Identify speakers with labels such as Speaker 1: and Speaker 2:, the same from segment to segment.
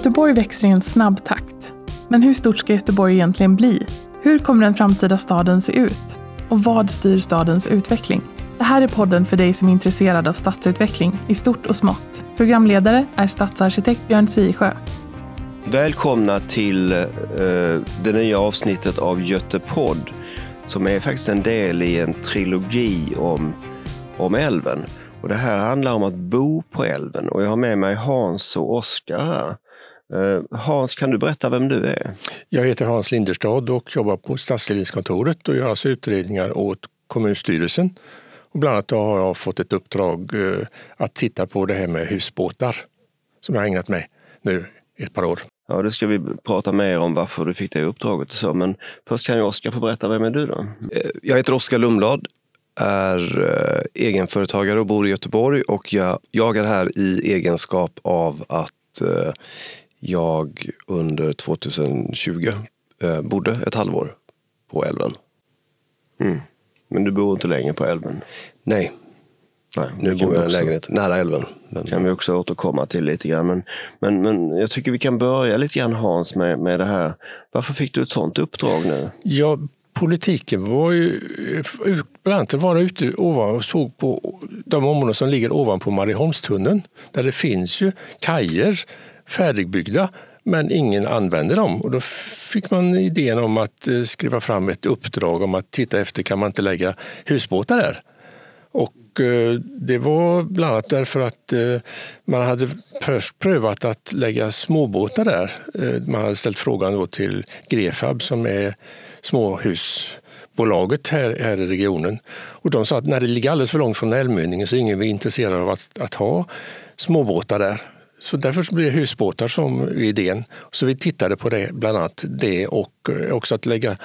Speaker 1: Göteborg växer i en snabb takt. Men hur stort ska Göteborg egentligen bli? Hur kommer den framtida staden se ut? Och vad styr stadens utveckling? Det här är podden för dig som är intresserad av stadsutveckling i stort och smått. Programledare är stadsarkitekt Björn Sisjö.
Speaker 2: Välkomna till det nya avsnittet av Götepodd, som är faktiskt en del i en trilogi om älven. Och det här handlar om att bo på älven. Och jag har med mig Hans och Oskar här. Hans, kan du berätta vem du är?
Speaker 3: Jag heter Hans Linderstad och jobbar på stadsledningskontoret och gör alltså utredningar åt kommunstyrelsen. Och bland annat har jag fått ett uppdrag att titta på det här med husbåtar som jag har ägnat mig nu ett par år.
Speaker 2: Ja, då ska vi prata mer om varför du fick det uppdraget och så. Men först kan ju Oskar få berätta, vem är du då?
Speaker 4: Jag heter Oskar Lundblad, är egenföretagare och bor i Göteborg. Och jag är här i egenskap av att jag under 2020 bodde ett halvår på älven.
Speaker 2: Mm. Men du bor inte längre på älven?
Speaker 4: Nej, nu bor jag i en lägenhet nära älven.
Speaker 2: Men kan vi också återkomma till lite grann. Men jag tycker vi kan börja lite grann, Hans, med det här. Varför fick du ett sånt uppdrag nu?
Speaker 3: Ja, politiken var ju bland annat var ute ovan och såg på de områden som ligger ovanpå Marieholmstunneln. Där det finns ju kajer färdigbyggda, men ingen använder dem. Och då fick man idén om att skriva fram ett uppdrag om att titta efter, kan man inte lägga husbåtar där? Och det var bland annat därför att man hade först prövat att lägga småbåtar där. Man hade ställt frågan då till Grefab som är småhusbolaget här i regionen. Och de sa att när det ligger alldeles för långt från älvmynningen så är ingen intresserad av att ha småbåtar där. Så därför blev husbåtar som idén. Så vi tittade på det, bland annat det, och också att lägga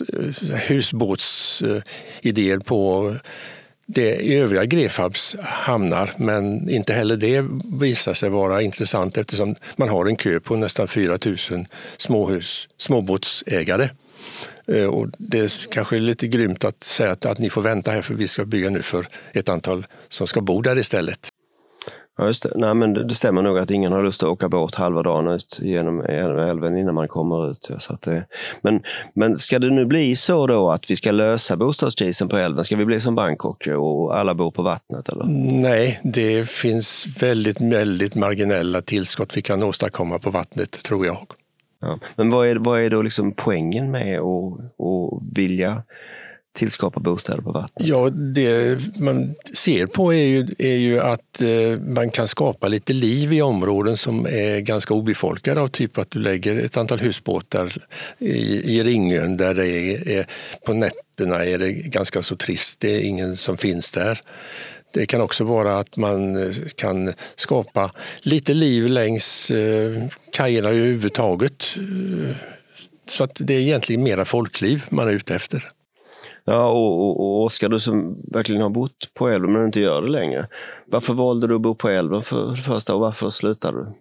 Speaker 3: husbåtsidéer på det i övriga Grefabs hamnar, men inte heller det visar sig vara intressant eftersom man har en kö på nästan 4 000 småbåtsägare. Och det är kanske lite grymt att säga att ni får vänta här, för vi ska bygga nu för ett antal som ska bo där istället.
Speaker 2: Ja, just det. Nej, men det stämmer nog att ingen har lust att åka båt halva dagen ut genom älven innan man kommer ut. Så att men ska det nu bli så då att vi ska lösa bostadskrisen på älven? Ska vi bli som Bangkok och alla bor på vattnet? Eller?
Speaker 3: Nej, det finns väldigt, väldigt marginella tillskott vi kan åstadkomma på vattnet, tror jag.
Speaker 2: Ja. Men vad är då liksom poängen med att vilja tillskapa bostäder på vattnet?
Speaker 3: Ja, det man ser på är ju att man kan skapa lite liv i områden som är ganska obefolkade, av typ att du lägger ett antal husbåtar i Ringön där det är på nätterna är det ganska så trist, det är ingen som finns där. Det kan också vara att man kan skapa lite liv längs kajerna överhuvudtaget, så att det är egentligen mera folkliv man är ute efter.
Speaker 2: Ja, och Oskar, du som verkligen har bott på älven men inte gör det längre. Varför valde du att bo på älven för det första, och varför slutade du?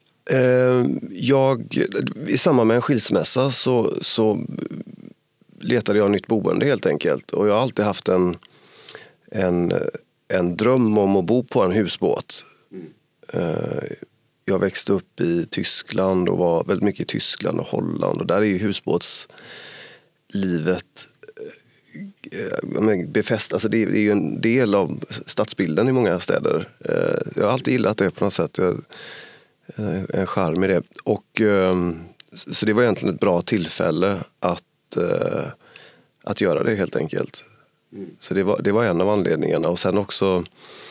Speaker 4: I samband med en skilsmässa så letade jag nytt boende helt enkelt. Och jag har alltid haft en dröm om att bo på en husbåt. Jag växte upp i Tyskland och var väldigt mycket i Tyskland och Holland. Och där är ju husbåtslivet befäst, alltså det är ju en del av stadsbilden i många städer. Jag har alltid gillat det på något sätt, en charm i det. Och så det var egentligen ett bra tillfälle att göra det helt enkelt. Så det var en av anledningarna, och sen också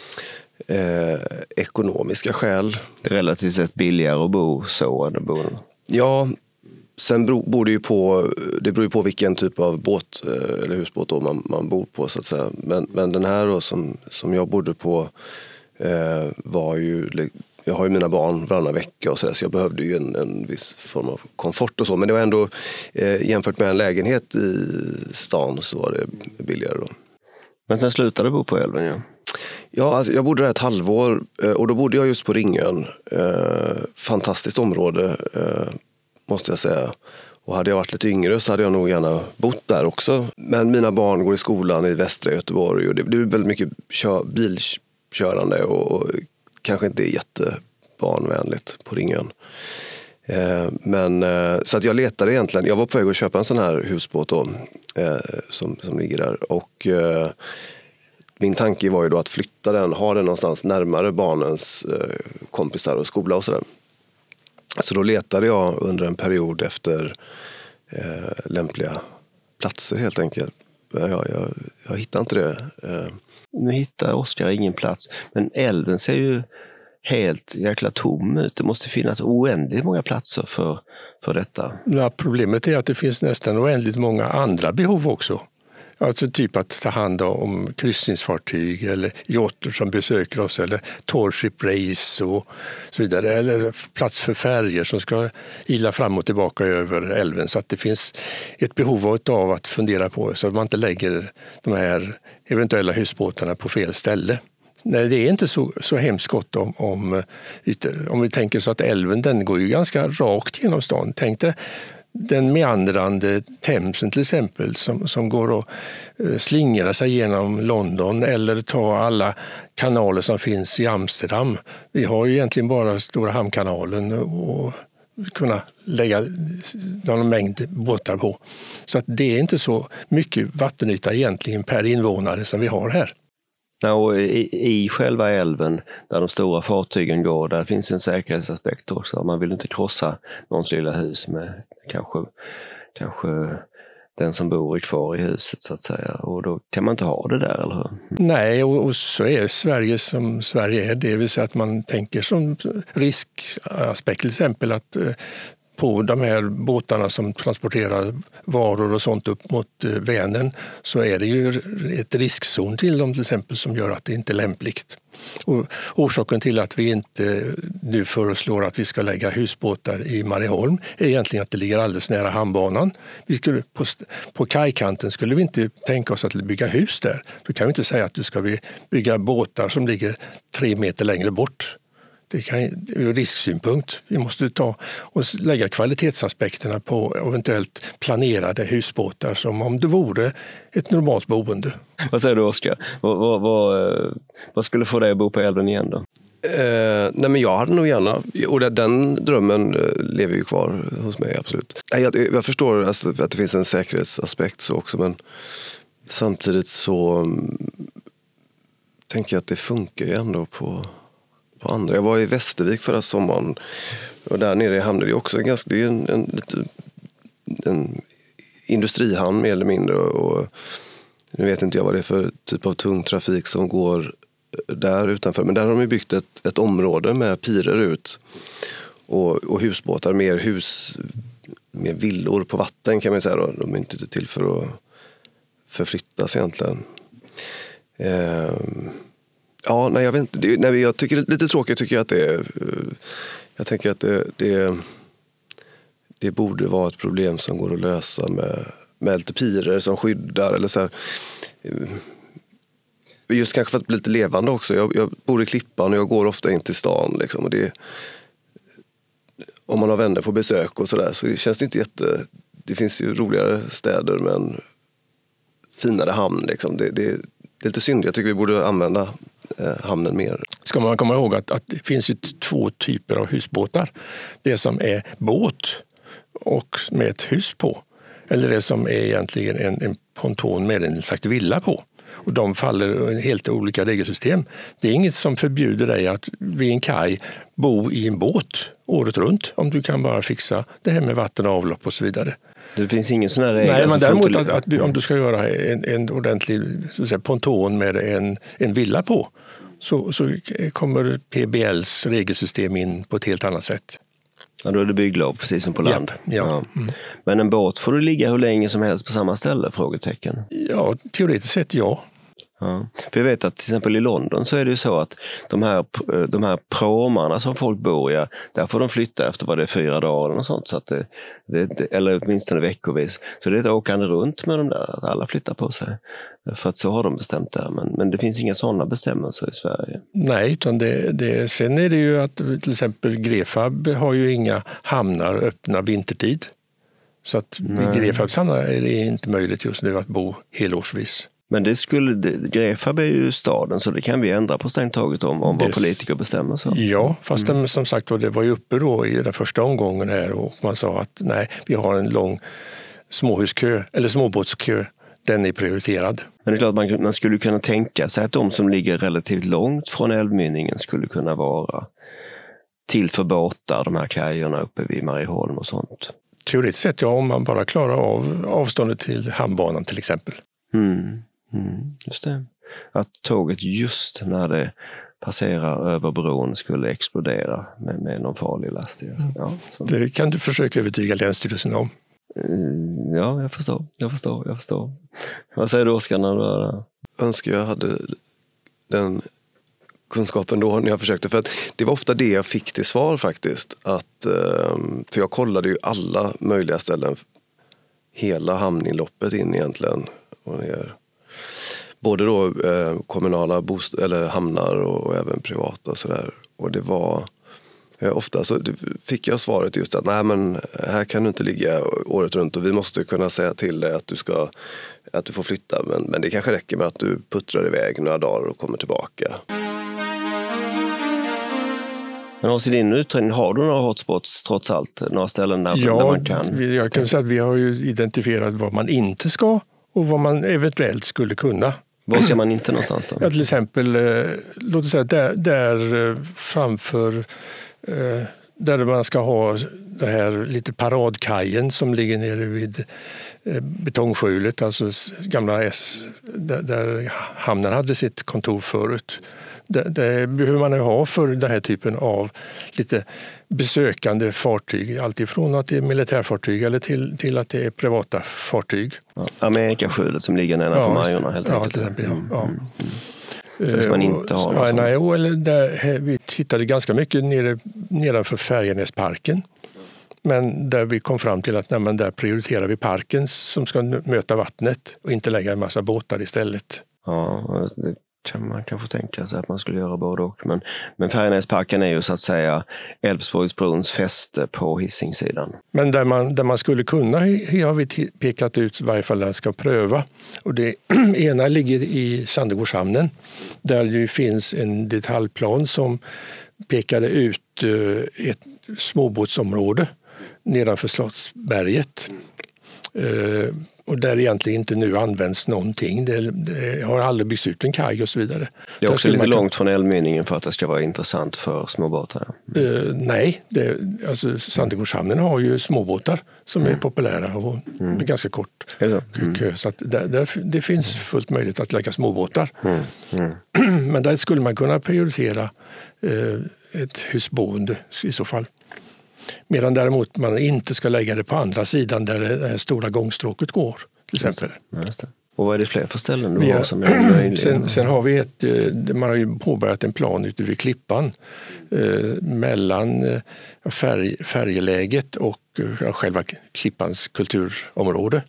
Speaker 4: ekonomiska skäl.
Speaker 2: Det är relativt sett billigare att bo så än att bo.
Speaker 4: Ja. Sen beror det beror på vilken typ av båt eller husbåt då man bor på, så att säga. Men den här då som jag bodde på var ju, jag har ju mina barn varannan vecka och så jag behövde ju en viss form av komfort och så. Men det var ändå jämfört med en lägenhet i stan så var det billigare då.
Speaker 2: Men sen slutade du bo på älven, ja?
Speaker 4: Ja, alltså, jag bodde där ett halvår och då bodde jag just på Ringön. Fantastiskt område, måste jag säga. Och hade jag varit lite yngre så hade jag nog gärna bott där också. Men mina barn går i skolan i västra Göteborg och det är väldigt mycket bilkörande och kanske inte jättebarnvänligt på Ringön. Så att jag letade egentligen. Jag var på väg att köpa en sån här husbåt då, som ligger där. Och min tanke var ju då att flytta den, ha den någonstans närmare barnens kompisar och skola och sådär. Så då letade jag under en period efter lämpliga platser helt enkelt. Jag hittade inte det.
Speaker 2: Nu hittar Oskar ingen plats. Men älven ser ju helt jäkla tom ut. Det måste finnas oändligt många platser för detta.
Speaker 3: Ja, problemet är att det finns nästan oändligt många andra behov också. Alltså typ att ta hand om kryssningsfartyg eller yachter som besöker oss eller Torship Race och så vidare. Eller plats för färger som ska ila fram och tillbaka över älven. Så att det finns ett behov av att fundera på så att man inte lägger de här eventuella husbåtarna på fel ställe. Nej, det är inte så hemskt gott om vi tänker så att älven den går ju ganska rakt genom stan. Tänk dig den meandrande Themsen till exempel som går och slingrar sig genom London eller ta alla kanaler som finns i Amsterdam. Vi har ju egentligen bara Stora hamnkanalen och kunna lägga någon mängd båtar på. Så att det är inte så mycket vattenyta egentligen per invånare som vi har här.
Speaker 2: Och i själva älven där de stora fartygen går, där finns en säkerhetsaspekt också. Man vill inte krossa någons lilla hus med kanske den som bor kvar i huset så att säga. Och då kan man inte ha det där, eller hur?
Speaker 3: Nej, och så är Sverige som Sverige är. Det vill säga att man tänker som riskaspekt till exempel att på de här båtarna som transporterar varor och sånt upp mot Vänern så är det ju ett riskzon till dem till exempel som gör att det inte är lämpligt. Och orsaken till att vi inte nu föreslår att vi ska lägga husbåtar i Marieholm är egentligen att det ligger alldeles nära hamnbanan. På kajkanten skulle vi inte tänka oss att bygga hus där. Då kan vi inte säga att du ska bygga båtar som ligger 3 meter längre bort. Det kan ur risksynpunkt. Vi måste ta och lägga kvalitetsaspekterna på eventuellt planerade husbåtar som om det vore ett normalt boende.
Speaker 2: Vad säger du, Oskar? Vad skulle få dig att bo på älven igen då?
Speaker 4: Nej, men jag hade nog gärna, och den drömmen lever ju kvar hos mig, absolut. Jag förstår alltså att det finns en säkerhetsaspekt så också, men samtidigt så tänker jag att det funkar ju ändå på andra. Jag var i Västervik förra sommaren och där nere i hamnen det är också det är en industrihamn mer eller mindre, och nu vet inte jag vad det är för typ av tung trafik som går där utanför, men där har de ju byggt ett område med pirer ut och husbåtar, mer villor på vatten kan man säga då. De är inte till för att förflyttas egentligen. Ja, nej, jag vet inte. Jag tycker det är lite tråkigt, tycker jag att det är. Jag tänker att det borde vara ett problem som går att lösa med lite pirer som skyddar eller så här. Just kanske för att bli lite levande också. Jag bor i Klippan och jag går ofta in till stan liksom, och om man har vänner på besök och sådär så känns det inte det finns ju roligare städer med en finare hamn liksom. Det är lite synd. Jag tycker vi borde använda hamnen mer.
Speaker 3: Ska man komma ihåg att det finns ju 2 typer av husbåtar. Det som är båt och med ett hus på. Eller det som är egentligen en ponton med en slags villa på. Och de faller i helt olika regelsystem. Det är inget som förbjuder dig att vid en kaj bo i en båt året runt. Om du kan bara fixa det här med vatten och avlopp och så vidare.
Speaker 2: Det finns ingen sån här regel.
Speaker 3: Nej, men däremot att om du ska göra en ordentlig så att säga, ponton med en villa på så kommer PBLs regelsystem in på ett helt annat sätt.
Speaker 2: Ja, då är det bygglov, precis som på land.
Speaker 3: Ja.
Speaker 2: Mm. Men en båt får du ligga hur länge som helst på samma ställe? Frågetecken.
Speaker 3: Ja, teoretiskt sett ja.
Speaker 2: Ja. För jag vet att till exempel i London så är det ju så att de här pråmarna som folk bor i, där får de flytta efter vad det är 4 dagar eller något sånt. Så att eller åtminstone veckovis. Så det är ett åkande runt med de där, att alla flyttar på sig. För att så har de bestämt där. Men det finns inga sådana bestämmelser i Sverige.
Speaker 3: Nej, utan sen är det ju att till exempel Grefab har ju inga hamnar öppna vintertid. Så att vid Grefabs hamnar är det inte möjligt just nu att bo helårsvis.
Speaker 2: Men Grefab är ju staden, så det kan vi ändra på strängt taget om vad politiker bestämmer. Så.
Speaker 3: Ja, fast som sagt det var ju uppe då i den första omgången här och man sa att nej, vi har en lång småhuskö eller småbåtskö, den är prioriterad.
Speaker 2: Men det är klart man skulle kunna tänka sig att de som ligger relativt långt från älvmynningen skulle kunna vara till för båtar, de här kajerna uppe vid Marieholm och sånt.
Speaker 3: Teoretiskt sett, ja, om man bara klarar av avståndet till hamnbanan till exempel.
Speaker 2: Just det. Att tåget just när det passerar över bron skulle explodera med någon farlig last. Ja,
Speaker 3: det kan du försöka övertyga Länsstyrelsen om.
Speaker 2: Ja, jag förstår. Vad säger du, Oskar, när du är där?
Speaker 4: Önskar jag hade den kunskapen då när jag försökte. För att det var ofta det jag fick till svar faktiskt. För jag kollade ju alla möjliga ställen. Hela hamninloppet in egentligen. Och ner. Både då kommunala eller hamnar och även privata och sådär. Och det var ofta så fick jag svaret just att nej, men här kan du inte ligga året runt och vi måste kunna säga till dig att du får flytta. Men det kanske räcker med att du puttrar iväg några dagar och kommer tillbaka.
Speaker 2: Men i din utredning, har du några hotspots trots allt? Några ställen där man kan?
Speaker 3: Ja, jag kan säga att vi har ju identifierat vad man inte ska och vad man eventuellt skulle kunna.
Speaker 2: Var ska man inte någonstans då?
Speaker 3: Ja, till exempel, låt oss säga där framför, där man ska ha det här lite paradkajen som ligger nere vid betongskjulet, alltså gamla där hamnen hade sitt kontor förut. Det behöver man ju ha för den här typen av lite besökande fartyg. Alltifrån att det är militärfartyg eller till att det är privata fartyg.
Speaker 2: Ja, Amerikaskjulet som ligger nedanför Majorna helt enkelt.
Speaker 3: Till exempel, ja.
Speaker 2: Det ska man inte ha.
Speaker 3: Vi tittade ganska mycket nedanför Färjenäsparken. Men där vi kom fram till att där prioriterar vi parken som ska möta vattnet och inte lägga en massa båtar istället.
Speaker 2: Ja, det kan man kanske tänka sig att man skulle göra både och. Men Färjenäsparken är ju så att säga Älvsborgsbrons fäste på Hisingssidan.
Speaker 3: Men där man skulle kunna har vi pekat ut i varje fall där man ska pröva. Och det ena ligger i Sandegårdshamnen där det finns en detaljplan som pekade ut ett småbåtsområde nedanför Slottsberget. Och där egentligen inte nu används någonting. Det har aldrig byggts ut en kaj och så vidare.
Speaker 2: Det är också lite långt från älvmynningen för att det ska vara intressant för småbåtar.
Speaker 3: Nej, alltså Sandegårdshamnen har ju småbåtar som är populära och med ganska kort kö. Så att det finns fullt möjligt att lägga småbåtar. Men där skulle man kunna prioritera ett husboende i så fall. Medan däremot man inte ska lägga det på andra sidan där det stora gångstråket går, till exempel.
Speaker 2: Just det. Och vad är det fler för ställen du har som är möjliga?
Speaker 3: Sen har vi man har ju påbörjat en plan ute vid Klippan mellan färjeläget och själva Klippans kulturområde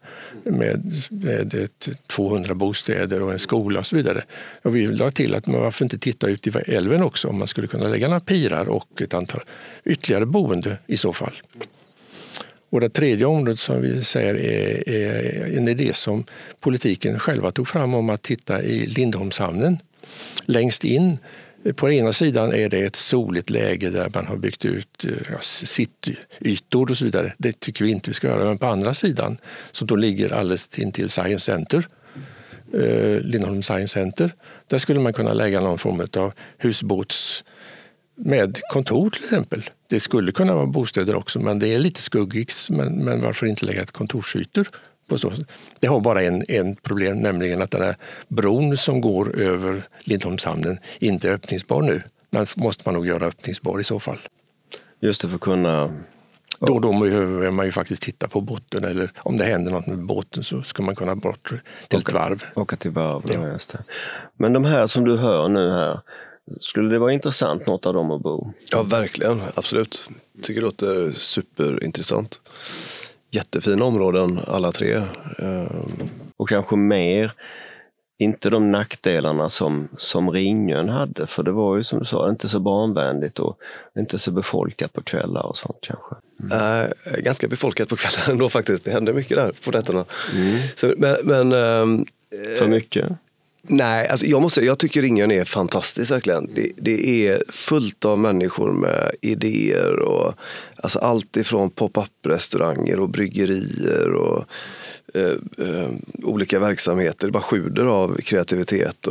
Speaker 3: med 200 bostäder och en skola och så vidare. Och vi la till att man varför inte titta ut i älven också om man skulle kunna lägga några pirar och ett antal ytterligare boende i så fall. Och det tredje området som vi säger är en idé som politiken själva tog fram om att titta i Lindholmshamnen. Längst in på ena sidan är det ett soligt läge där man har byggt ut sittytor och så vidare. Det tycker vi inte vi ska göra. Men på andra sidan, som då ligger alldeles intill Science Center, Lindholm Science Center, där skulle man kunna lägga någon form av husbåts med kontor till exempel. Det skulle kunna vara bostäder också, men det är lite skuggigt. Men varför inte lägga ett kontorsytor på så? Det har bara en problem, nämligen att den här bron som går över Lindholmshamnen inte är öppningsbar nu. Men måste man nog göra öppningsbar i så fall.
Speaker 2: Just det, för att kunna...
Speaker 3: Då behöver man ju faktiskt titta på botten, eller om det händer något med båten så ska man kunna bort till ett varv.
Speaker 2: Åka till varv, ja. Just det. Men de här som du hör nu här, skulle det vara intressant något av dem att bo?
Speaker 4: Ja, verkligen. Absolut. Tycker det låter superintressant. Jättefina områden alla tre.
Speaker 2: Och kanske mer, inte de nackdelarna som Ringön hade. För det var ju som du sa, inte så barnvänligt och inte så befolkat på kvällar och sånt kanske.
Speaker 4: Ganska befolkat på kvällar ändå faktiskt. Det hände mycket där på nätterna. Så, men
Speaker 2: För mycket?
Speaker 4: Nej, alltså jag tycker Ringön är fantastisk verkligen. Det är fullt av människor med idéer och alltså allt ifrån pop-up-restauranger och bryggerier och olika verksamheter. Det bara sjuder av kreativitet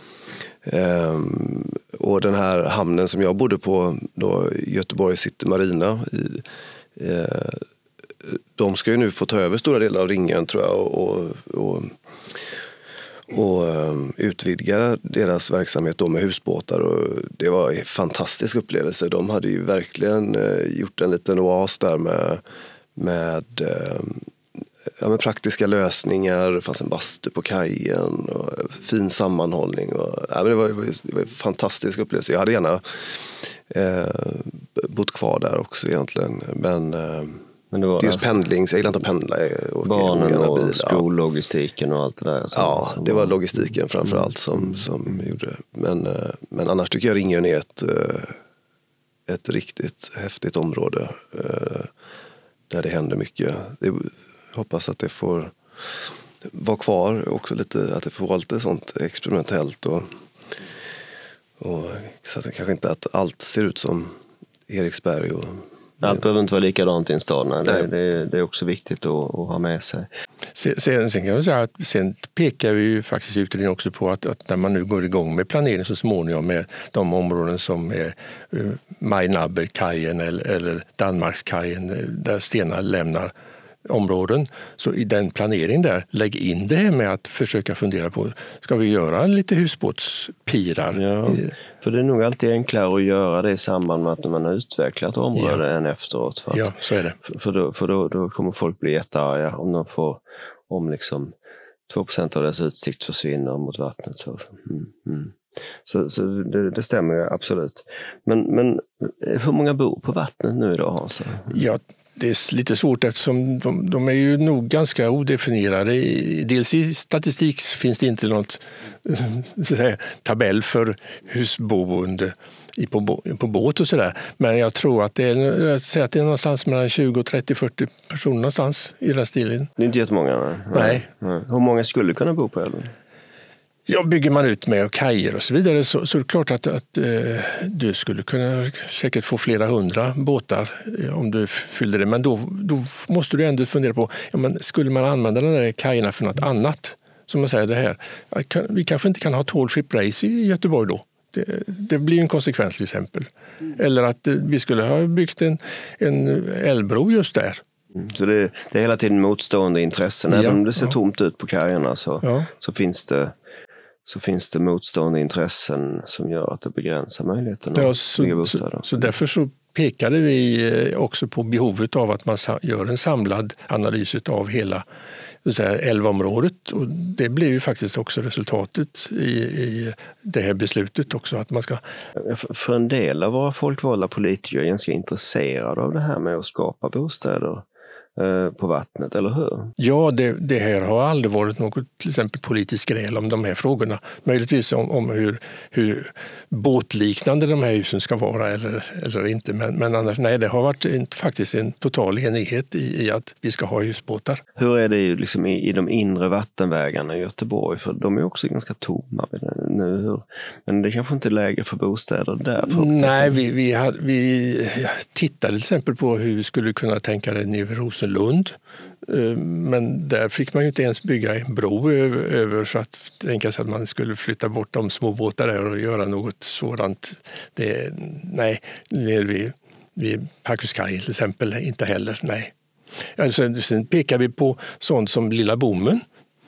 Speaker 4: och den här hamnen som jag bodde på då, Göteborg City Marina de ska ju nu få ta över stora delar av Ringön tror jag och utvidga deras verksamhet då med husbåtar och det var en fantastisk upplevelse. De hade ju verkligen gjort en liten oas där med praktiska lösningar. Det fanns en bastu på kajen och fin sammanhållning. Men det var en fantastisk upplevelse. Jag hade gärna bott kvar där också egentligen. Men det var just pendling, jag gillar inte att pendla.
Speaker 2: Barnen och skollogistiken och allt det där.
Speaker 4: Ja, det var logistiken framförallt som gjorde det. Men annars tycker jag Ringön är ett riktigt häftigt område där det händer mycket. Jag hoppas att det får vara kvar också lite, att det får vara lite sånt experimentellt och så att det kanske inte att allt ser ut som Eriksberg och
Speaker 2: allt behöver inte vara likadant i en stad. Det är också viktigt att ha med sig.
Speaker 3: Sen kan jag säga att sen pekar vi ju faktiskt utredningen också på att när man nu går igång med planering så småningom med de områden som är Majnabbe-kajen eller Danmarkskajen där Stena lämnar områden. Så i den planeringen där, lägg in det här med att försöka fundera på, ska vi göra lite husbåtspirar?
Speaker 2: Ja, för det är nog alltid enklare att göra det i samband med att man har utvecklat området än efteråt. För
Speaker 3: ja, så är det.
Speaker 2: För då kommer folk bli jättearga om liksom 2% av deras utsikt försvinner mot vattnet. Så det stämmer ju absolut. Men hur många bor på vattnet nu idag, Hans?
Speaker 3: Ja, det är lite svårt eftersom de är ju nog ganska odefinierade. Dels i statistik finns det inte något tabell för husboende på båt och sådär. Men jag tror att det är någonstans mellan 20, 30, 40 personer någonstans i den stilen.
Speaker 2: Det är inte jättemånga.
Speaker 3: Nej.
Speaker 2: Hur många skulle kunna bo på älven?
Speaker 3: Ja, bygger man ut med kajer och så vidare så är det klart att du skulle kunna säkert få flera 100 båtar om du fyllde det. Men då måste du ändå fundera på, skulle man använda de där kajerna för något annat? Som man säger det här, vi kanske inte kan ha tall ship race i Göteborg då. Det blir en konsekvens till exempel. Eller att vi skulle ha byggt en älvbro just där.
Speaker 2: Så det är hela tiden motstående intressen. Även om det ser tomt ut på kajerna så finns det motstående intressen som gör att det begränsar möjligheten att bygga bostäder.
Speaker 3: Så därför så pekade vi också på behovet av att man gör en samlad analys av hela älvområdet. Och det blev ju faktiskt också resultatet i det här beslutet också. Att man ska...
Speaker 2: För en del av våra folkvalda politiker är ganska intresserade av det här med att skapa bostäder på vattnet, eller hur?
Speaker 3: Ja, det här har aldrig varit något till exempel politiskt gräl om de här frågorna. Möjligtvis om hur båtliknande de här husen ska vara eller inte. Men annars, nej, det har varit faktiskt en total enighet i att vi ska ha husbåtar.
Speaker 2: Hur är det ju liksom i de inre vattenvägarna i Göteborg? För de är också ganska tomma nu. Men det kanske inte är läge för bostäder där?
Speaker 3: Nej, vi tittade till exempel på hur vi skulle kunna tänka det nere vid Rosenlund. Men där fick man ju inte ens bygga en bro över så att tänka sig att man skulle flytta bort de små båtar där och göra något sådant. Nej, nere vid Parkuskaj till exempel inte heller, nej. Sen pekar vi på sånt som Lilla Bommen.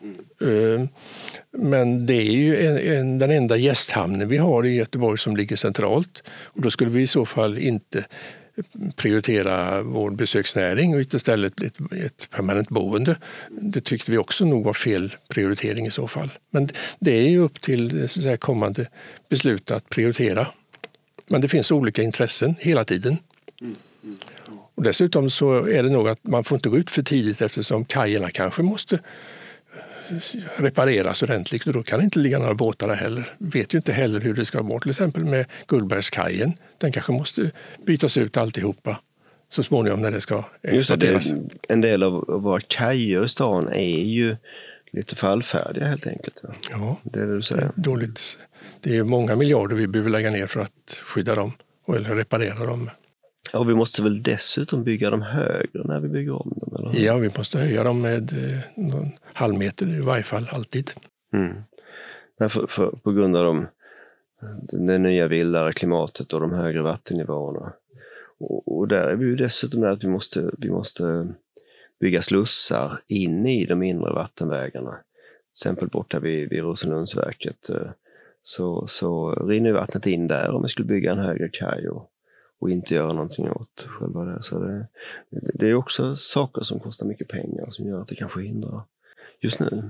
Speaker 3: Men det är ju den enda gästhamnen vi har i Göteborg som ligger centralt. Och då skulle vi i så fall inte prioritera vår besöksnäring och istället ett permanent boende. Det tyckte vi också nog var fel prioritering i så fall. Men det är ju upp till så att säga, kommande beslut att prioritera. Men det finns olika intressen hela tiden. Och dessutom så är det nog att man får inte gå ut för tidigt eftersom kajerna kanske måste repareras ordentligt och då kan det inte ligga några båtar där heller. Vi vet ju inte heller hur det ska vara till exempel med Gullbergskajen. Den kanske måste bytas ut alltihopa så småningom när det ska exploateras.
Speaker 2: En del av våra kajer i stan är ju lite fallfärdiga helt enkelt.
Speaker 3: Ja,
Speaker 2: det är det du säger.
Speaker 3: Dåligt. Det är många miljarder vi behöver lägga ner för att skydda dem eller reparera dem.
Speaker 2: Ja, vi måste väl dessutom bygga dem högre när vi bygger om dem? Eller?
Speaker 3: Ja, vi måste höja dem med någon halvmeter i varje fall, alltid.
Speaker 2: På grund av det nya vildare klimatet och de högre vattennivåerna. Och där är vi ju dessutom att vi måste bygga slussar in i de inre vattenvägarna. Till exempel borta vid Rosenlundsverket så rinner vattnet in där om vi skulle bygga en högre kaj och inte göra någonting åt själva det. Så det är också saker som kostar mycket pengar som gör att det kanske hindrar just nu.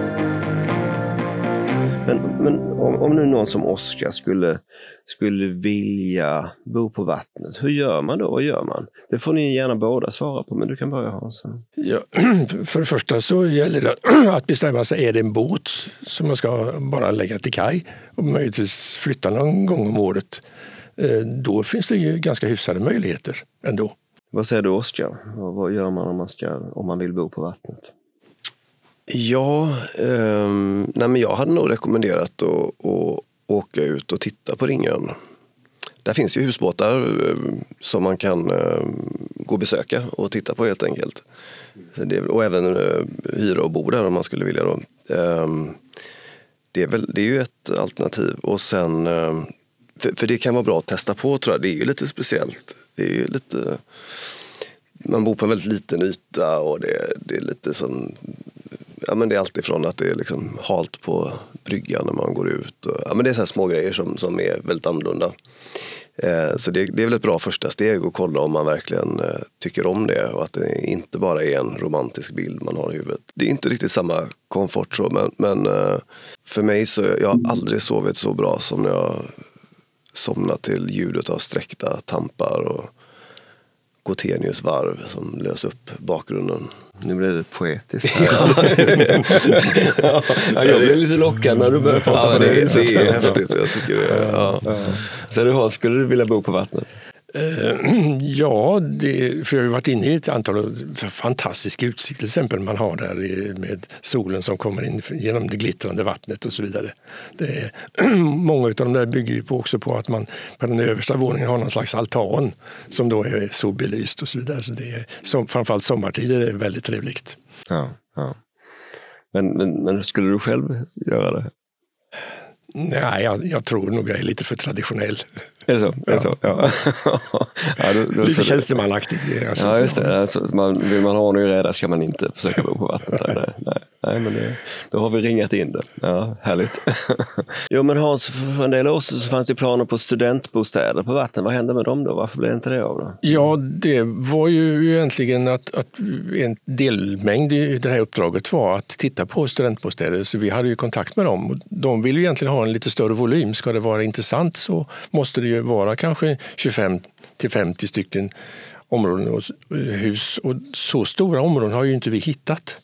Speaker 2: Men om nu någon som Oskar skulle vilja bo på vattnet, hur gör man då? Vad gör man? Det får ni gärna båda svara på, men du kan börja, Hans.
Speaker 3: Ja, för det första så gäller det att bestämma sig, är det en båt som man ska bara lägga till kaj och möjligtvis flytta någon gång om året. Då finns det ju ganska hyfsade möjligheter ändå.
Speaker 2: Vad säger du, Oskar? Vad gör man om man vill bo på vattnet?
Speaker 4: Ja, men jag hade nog rekommenderat att åka ut och titta på Ringön. Där finns ju husbåtar som man kan gå och besöka och titta på helt enkelt. Och även hyra och bo där om man skulle vilja då. Det är ju ett alternativ. Och sen, för det kan vara bra att testa på, tror jag. Det är ju lite speciellt. Det är ju lite... Man bor på en väldigt liten yta och det är lite som... Ja, men det är alltid från att det är liksom halt på bryggan när man går ut. Och, men det är så här små grejer som är väldigt annorlunda. Så det är väl ett bra första steg att kolla om man verkligen tycker om det. Och att det inte bara är en romantisk bild man har i huvudet. Det är inte riktigt samma komfort så. Men för mig så jag har aldrig sovit så bra som när jag somnat till ljudet av sträckta tampar och Gotenius varv som lös upp bakgrunden.
Speaker 2: Nu blev det poetiskt. Jag blev lite lockad när du började prata på det.
Speaker 4: Det är häftigt, jag tycker det. Ja.
Speaker 2: Så Hans, skulle du vilja bo på vattnet?
Speaker 3: Ja, för jag har ju varit inne i ett antal fantastiska utsikter. Till exempel man har där med solen som kommer in genom det glittrande vattnet och så vidare. Många av de där bygger ju också på att man på den översta våningen har någon slags altan som då är solbelyst och så vidare. Så det är, framförallt sommartider är väldigt trevligt.
Speaker 2: Ja. Men skulle du själv göra det?
Speaker 3: Nej, jag tror nog jag är lite för traditionell.
Speaker 2: Är det så?
Speaker 3: Ja.
Speaker 2: Så? Ja.
Speaker 3: Lite tjänstemanaktig.
Speaker 2: Alltså. Ja, just det. Alltså, vill man ha ordning och reda ska man inte försöka bo på vattnet. Nej, men då har vi ringat in det. Ja, härligt. Jo, men Hans, för en del år så fanns det planer på studentbostäder på vatten. Vad hände med dem då? Varför blev inte det av då?
Speaker 3: Ja, det var ju egentligen att en delmängd i det här uppdraget var att titta på studentbostäder. Så vi hade ju kontakt med dem. De ville ju egentligen ha en lite större volym. Ska det vara intressant så måste det ju vara kanske 25-50 stycken områden och hus. Och så stora områden har ju inte vi hittat.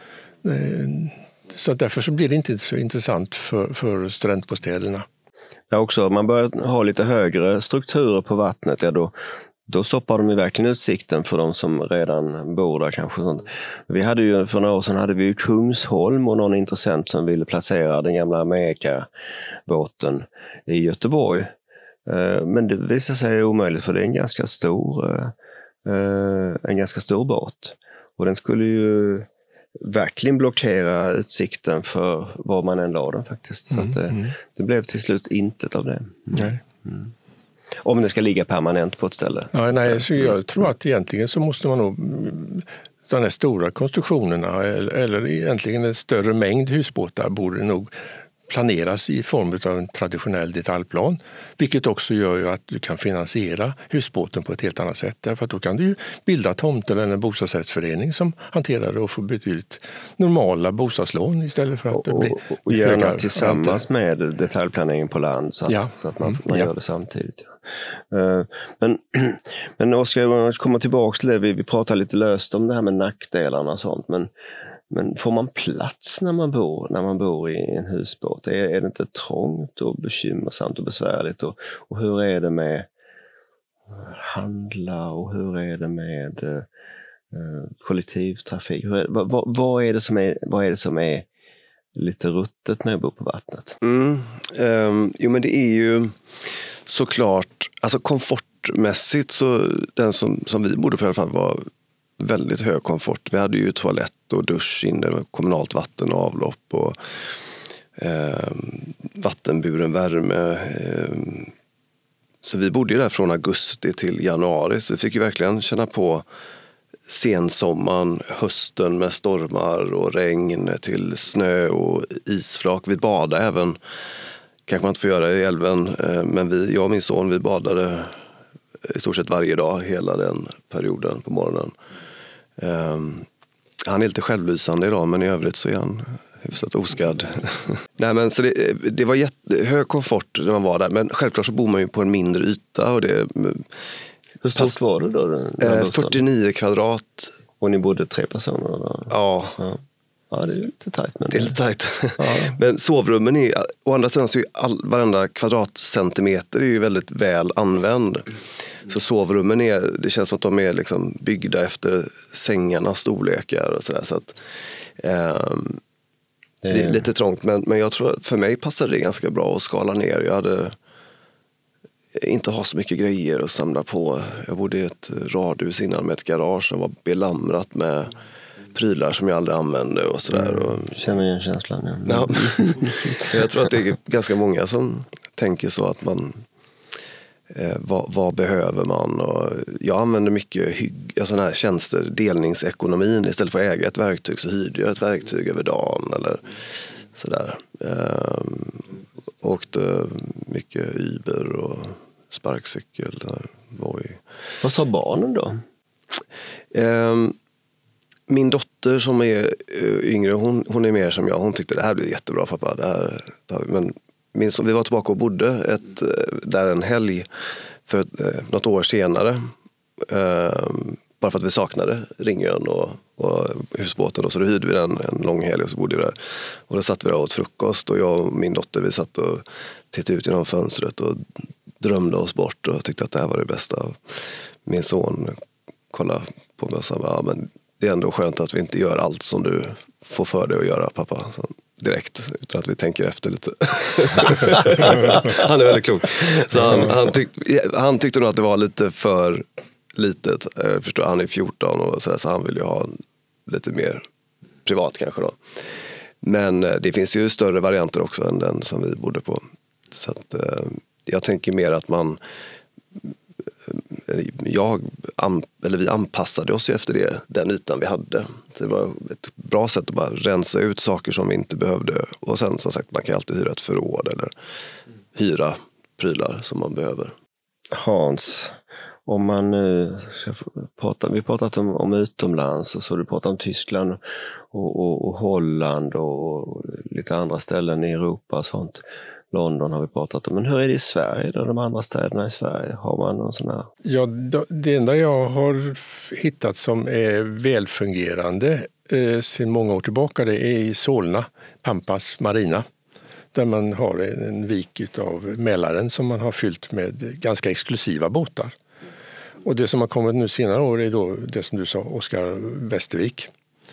Speaker 3: Så därför så blir det inte så intressant för studentbostäderna.
Speaker 2: Ja, också, man börjar ha lite högre strukturer på vattnet, ja, då stoppar de ju verkligen utsikten för de som redan bor där kanske. Sånt. Vi hade ju för några år sedan hade vi ju Kungsholm och någon intressent som ville placera den gamla Amerika-båten i Göteborg. Men det visar sig omöjligt för det är en ganska stor båt. Och den skulle ju verkligen blockera utsikten för var man än la den faktiskt. Så att det blev till slut intet av det.
Speaker 3: Nej.
Speaker 2: Om det ska ligga permanent på ett ställe.
Speaker 3: Ja, nej, så jag tror att egentligen så måste man nog de här stora konstruktionerna eller egentligen en större mängd husbåtar borde nog planeras i form av en traditionell detaljplan. Vilket också gör ju att du kan finansiera husbåten på ett helt annat sätt. Därför att då kan du ju bilda tomter eller en bostadsrättsförening som hanterar det och får betydligt normala bostadslån istället för att det blir
Speaker 2: och gärna tillsammans med detaljplaneringen på land så att man gör det samtidigt. Ja. Men Oskar, jag kommer tillbaka till det. Vi pratar lite löst om det här med nackdelarna och sånt. Men får man plats när man bor i en husbåt? Är det inte trångt och bekymmersamt och besvärligt? Och hur är det med handla och hur är det med kollektivtrafik. Vad är det som är lite ruttet med att bo på vattnet?
Speaker 4: Jo, men det är ju såklart, alltså komfortmässigt, så den som vi bodde på i alla fall var väldigt hög komfort. Vi hade ju toalett och dusch inne, kommunalt vatten och avlopp och vattenburen värme. Så vi bodde ju där från augusti till januari, så vi fick ju verkligen känna på sensommaren, hösten med stormar och regn till snö och isflak. Vi badade även, kanske man inte får göra i älven, men jag och min son, vi badade i stort sett varje dag hela den perioden på morgonen. Han är lite självlysande idag, men i övrigt så är han hyfsat oskadd. Nej, men så det var hög komfort när man var där, men självklart så bor man ju på en mindre yta. Och
Speaker 2: hur stort var det då?
Speaker 4: 49 kvadrat.
Speaker 2: Och ni bodde 3 personer då?
Speaker 4: Ja.
Speaker 2: Ja, det är lite tajt. Men
Speaker 4: det är lite tajt. Ja. Men sovrummen är, å andra sidan så är varenda kvadratcentimeter är ju väldigt väl använd. Så sovrummen det känns som att de är liksom byggda efter sängarnas storlekar och sådär. Så att det är lite trångt, men jag tror att för mig passade det ganska bra att skala ner. Jag hade inte ha så mycket grejer att samla på. Jag bodde i ett radhus innan med ett garage som var belamrat med prylar som jag aldrig använde och sådär.
Speaker 2: Känner igen känslan.
Speaker 4: Ja. Jag tror att det är ganska många som tänker så, att man vad behöver man? Och jag använder mycket sådana här tjänster, delningsekonomin. Istället för att äga ett verktyg så hyrde jag ett verktyg över dagen eller sådär. Åkte mycket Uber och sparkcykel.
Speaker 2: Vad sa barnen då?
Speaker 4: Min dotter som är yngre, hon är mer som jag. Hon tyckte det här blir jättebra, pappa. Men vi var tillbaka och bodde där en helg för något år senare. Bara för att vi saknade Ringön och husbåten. Och så då hyrde vi en lång helg och så bodde vi där. Och då satt vi där och åt frukost. Och jag och min dotter, vi satt och tittade ut genom fönstret och drömde oss bort och tyckte att det här var det bästa. Min son kollade på mig och sa, men det är ändå skönt att vi inte gör allt som du får för dig att göra, pappa. Så direkt, utan att vi tänker efter lite. Han är väldigt klok. Så han tyckte nog att det var lite för litet. Jag förstår, han är 14 och så han vill ju ha lite mer privat kanske då. Men det finns ju större varianter också än den som vi bodde på. Så att jag tänker mer att vi anpassade oss efter den ytan vi hade. Det var ett bra sätt att bara rensa ut saker som vi inte behövde. Och sen som sagt, man kan alltid hyra ett förråd eller hyra prylar som man behöver.
Speaker 2: Hans, om man nu vi pratat om utomlands och så du pratat om Tyskland och Holland och lite andra ställen i Europa och sånt. London har vi pratat om. Men hur är det i Sverige då? De andra städerna i Sverige? Har man någon sån här?
Speaker 3: Ja, det enda jag har hittat som är välfungerande sedan många år tillbaka, det är i Solna, Pampas Marina. Där man har en vik av Mälaren som man har fyllt med ganska exklusiva båtar. Och det som har kommit nu senare år är då det som du sa, Oskar Västervik.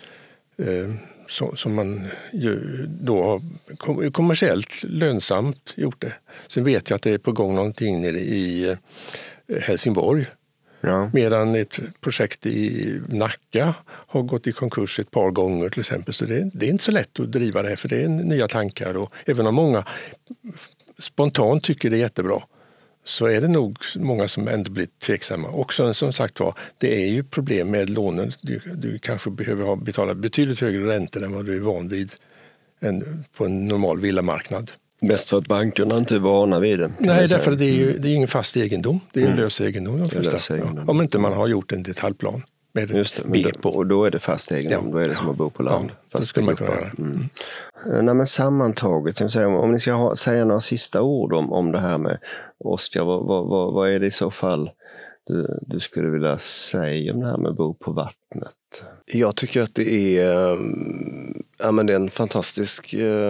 Speaker 3: Som man ju då har kommersiellt lönsamt gjort det. Sen vet jag att det är på gång någonting nere i Helsingborg. Ja. Medan ett projekt i Nacka har gått i konkurs ett par gånger till exempel. Så det är inte så lätt att driva det här, för det är nya tankar. Och även om många spontant tycker det är jättebra, så är det nog många som ändå blir tveksamma. Och som sagt var, det är ju problem med lånen. Du kanske behöver betala betydligt högre räntor än vad du är van vid på en normal villamarknad.
Speaker 2: Mest för att bankerna inte är vana vid det.
Speaker 3: Nej, därför att det är ingen fast egendom. Det är en lös egendom. Om inte man har gjort en detaljplan med ett B på.
Speaker 2: Och då är det fast egendom. Ja. Då är det som att bo på land.
Speaker 3: Ja, det skulle man kunna göra.
Speaker 2: Nej, men sammantaget, om ni ska säga några sista ord om det här med Oskar, vad är det i så fall du skulle vilja säga om det här med att bo på vattnet?
Speaker 4: Jag tycker att det är en fantastisk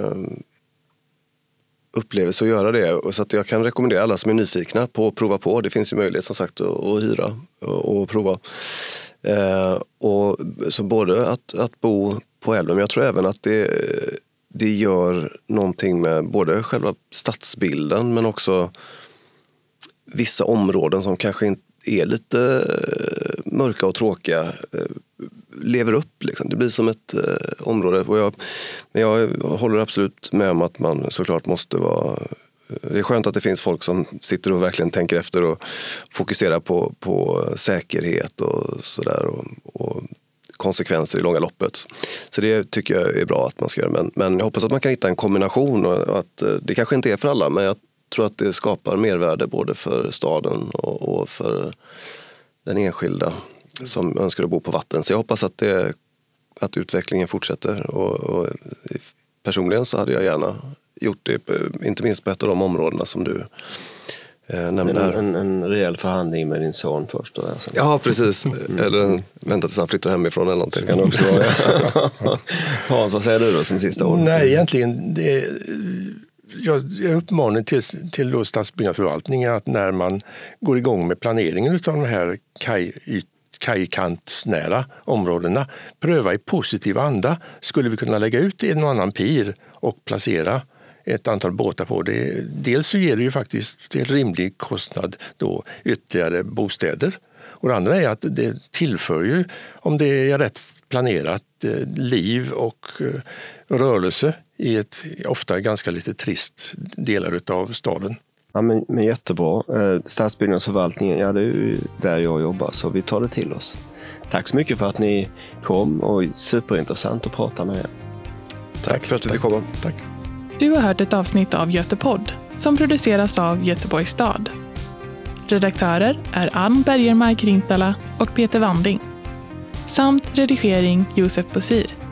Speaker 4: upplevelse att göra det. Och så att jag kan rekommendera alla som är nyfikna på att prova på. Det finns ju möjlighet som sagt att hyra och prova. Och så både att bo på älven, men jag tror även att det gör någonting med både själva stadsbilden men också vissa områden som kanske inte är lite mörka och tråkiga lever upp. Liksom. Det blir som ett område. Men jag håller absolut med om att man såklart måste vara... Det är skönt att det finns folk som sitter och verkligen tänker efter och fokuserar på säkerhet och sådär och konsekvenser i långa loppet. Så det tycker jag är bra att man ska göra. Men jag hoppas att man kan hitta en kombination och att det kanske inte är för alla, men jag tror att det skapar mervärde både för staden och för den enskilda som önskar att bo på vatten. Så jag hoppas att utvecklingen fortsätter och personligen så hade jag gärna gjort det, inte minst på ett av de områdena som du nämnde här.
Speaker 2: En rejäl förhandling med din son först då? Alltså.
Speaker 4: Ja, precis. Eller vänta tills han flyttar hemifrån eller någonting.
Speaker 2: Kan också vara, ja. Hans, vad säger du då som sista ord?
Speaker 3: Nej, egentligen jag uppmanar till då stadsbyggnadsförvaltningen att när man går igång med planeringen av de här kajkantsnära områdena, pröva i positiv anda. Skulle vi kunna lägga ut en och annan pir och placera ett antal båtar på det? Dels så ger det ju faktiskt till rimlig kostnad då ytterligare bostäder. Och det andra är att det tillför ju, om det är rätt planerat, liv och rörelse i ett ofta ganska lite trist delar av staden.
Speaker 2: Ja, men jättebra. Stadsbyggnadsförvaltningen, ja, det är ju där jag jobbar, så vi tar det till oss. Tack så mycket för att ni kom och superintressant att prata med er.
Speaker 4: Tack för att du fick komma.
Speaker 3: Tack.
Speaker 1: Du har hört ett avsnitt av Götepodd som produceras av Göteborgs stad. Redaktörer är Ann Bergermark Rintala och Peter Wanding. Samt redigering Josef Bosir.